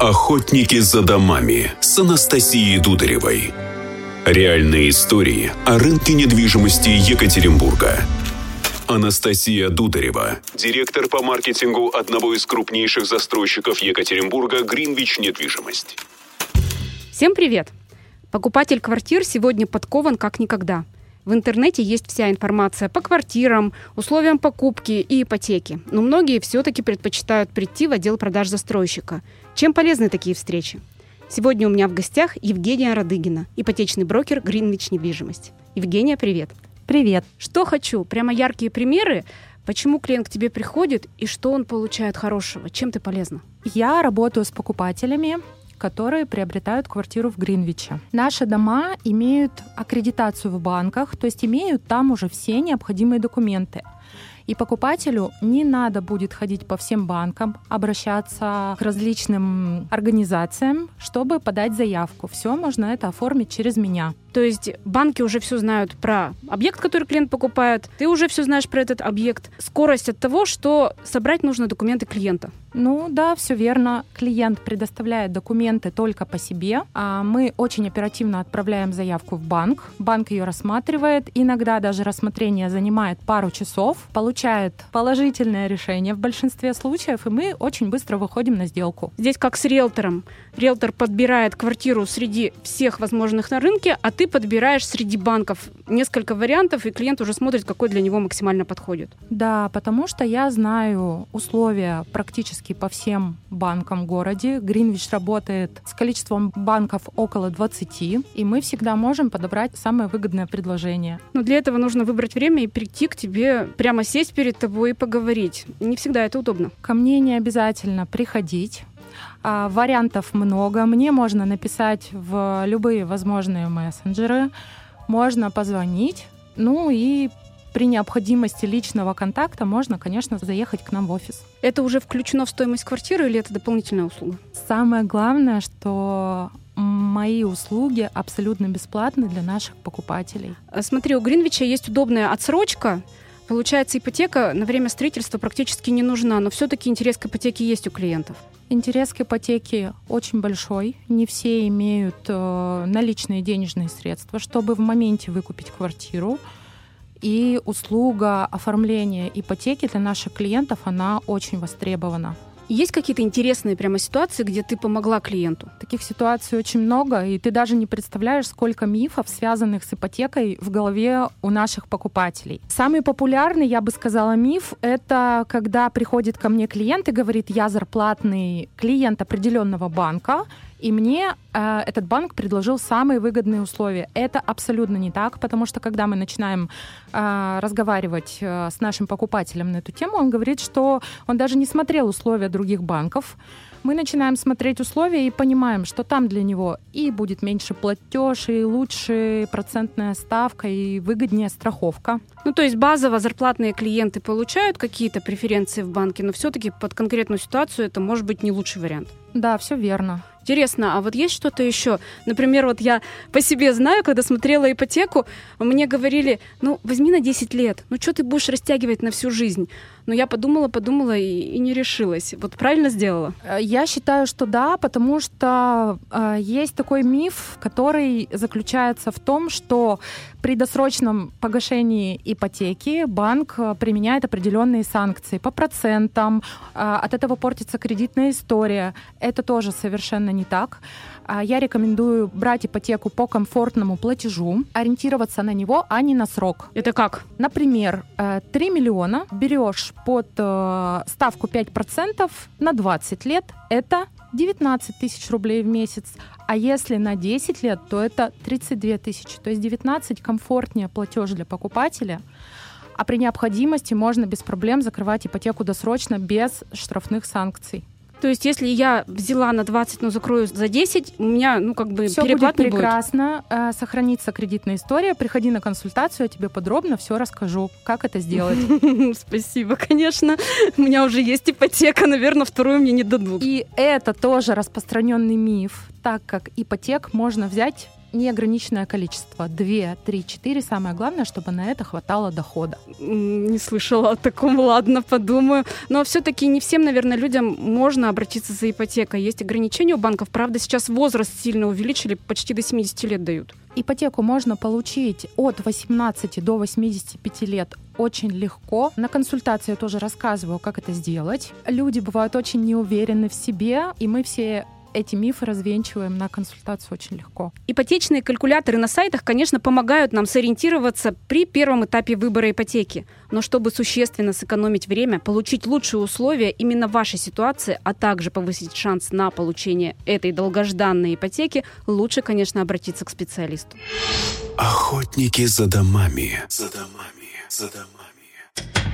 Охотники за домами с Анастасией Дударевой. Реальные истории о рынке недвижимости Екатеринбурга. Анастасия Дударева, директор по маркетингу одного из крупнейших застройщиков Екатеринбурга «Гринвич Недвижимость». Всем привет! Покупатель квартир сегодня подкован как никогда. В интернете есть вся информация по квартирам, условиям покупки и ипотеки. Но многие все-таки предпочитают прийти в отдел продаж застройщика. Чем полезны такие встречи? Сегодня у меня в гостях Евгения Радыгина, ипотечный брокер «Гринвич Недвижимость». Евгения, привет! Привет! Что хочу? Прямо яркие примеры. Почему клиент к тебе приходит и что он получает хорошего? Чем ты полезна? Я работаю с покупателями, которые приобретают квартиру в Гринвиче. Наши дома имеют аккредитацию в банках, то есть имеют там уже все необходимые документы. И покупателю не надо будет ходить по всем банкам, обращаться к различным организациям, чтобы подать заявку. Все можно это оформить через меня. То есть банки уже все знают про объект, который клиент покупает, ты уже все знаешь про этот объект. Скорость от того, что собрать нужно документы клиента. Ну да, все верно. Клиент предоставляет документы только по себе. А мы очень оперативно отправляем заявку в банк. Банк ее рассматривает. Иногда даже рассмотрение занимает пару часов. Получает положительное решение в большинстве случаев, и мы очень быстро выходим на сделку. Здесь как с риэлтором. Риэлтор подбирает квартиру среди всех возможных на рынке, а ты подбираешь среди банков несколько вариантов, и клиент уже смотрит, какой для него максимально подходит. Да, потому что я знаю условия практически по всем банкам в городе. Гринвич работает с количеством банков около 20, и мы всегда можем подобрать самое выгодное предложение. Но для этого нужно выбрать время и прийти к тебе, прямо сесть перед тобой и поговорить. Не всегда это удобно. Ко мне не обязательно приходить. Вариантов много. Мне можно написать в любые возможные мессенджеры. Можно позвонить. Ну и при необходимости личного контакта можно, конечно, заехать к нам в офис. Это уже включено в стоимость квартиры или это дополнительная услуга? Самое главное, что мои услуги абсолютно бесплатны для наших покупателей. Смотри, у Гринвича есть удобная отсрочка. Получается, ипотека на время строительства практически не нужна, но все-таки интерес к ипотеке есть у клиентов. Интерес к ипотеке очень большой. Не все имеют наличные денежные средства, чтобы в моменте выкупить квартиру. И услуга оформления ипотеки для наших клиентов, она очень востребована. Есть какие-то интересные прямо ситуации, где ты помогла клиенту? Таких ситуаций очень много, и ты даже не представляешь, сколько мифов, связанных с ипотекой, в голове у наших покупателей. Самый популярный, я бы сказала, миф — это когда приходит ко мне клиент и говорит: я зарплатный клиент определенного банка, и мне этот банк предложил самые выгодные условия. Это абсолютно не так, потому что когда мы начинаем разговаривать с нашим покупателем на эту тему, он говорит, что он даже не смотрел условия других банков. Мы начинаем смотреть условия и понимаем, что там для него и будет меньше платеж, и лучше процентная ставка, и выгоднее страховка. Ну, то есть базово зарплатные клиенты получают какие-то преференции в банке, но все-таки под конкретную ситуацию это может быть не лучший вариант. Да, все верно. Интересно, а вот есть что-то еще? Например, вот я по себе знаю, когда смотрела ипотеку, мне говорили: ну, возьми на 10 лет, ну, что ты будешь растягивать на всю жизнь? Но я подумала и не решилась. Вот правильно сделала? Я считаю, что да, потому что есть такой миф, который заключается в том, что при досрочном погашении ипотеки банк применяет определенные санкции по процентам, от этого портится кредитная история. Это тоже совершенно не так. Я рекомендую брать ипотеку по комфортному платежу, ориентироваться на него, а не на срок. Это как? Например, 3 миллиона берешь под ставку 5% на 20 лет, это 19 тысяч рублей в месяц. А если на 10 лет, то это 32 тысячи. То есть 19 комфортнее платеж для покупателя. А при необходимости можно без проблем закрывать ипотеку досрочно без штрафных санкций. То есть, если я взяла на 20, но закрою за 10, у меня, всё переплат будет не прекрасно, сохранится кредитная история. Приходи на консультацию, я тебе подробно все расскажу, как это сделать. Спасибо, конечно. У меня уже есть ипотека, наверное, вторую мне не дадут. И это тоже распространенный миф, так как ипотек можно взять неограниченное количество. 2, 3, 4. Самое главное, чтобы на это хватало дохода. Не слышала о таком, ладно, подумаю. Но все-таки не всем, наверное, людям можно обратиться за ипотекой. Есть ограничения у банков. Правда, сейчас возраст сильно увеличили, почти до 70 лет дают. Ипотеку можно получить от 18 до 85 лет очень легко. На консультации я тоже рассказываю, как это сделать. Люди бывают очень неуверены в себе, и мы все эти мифы развенчиваем на консультацию очень легко. Ипотечные калькуляторы на сайтах, конечно, помогают нам сориентироваться при первом этапе выбора ипотеки. Но чтобы существенно сэкономить время, получить лучшие условия именно в вашей ситуации, а также повысить шанс на получение этой долгожданной ипотеки, лучше, конечно, обратиться к специалисту. Охотники за домами. За домами. За домами.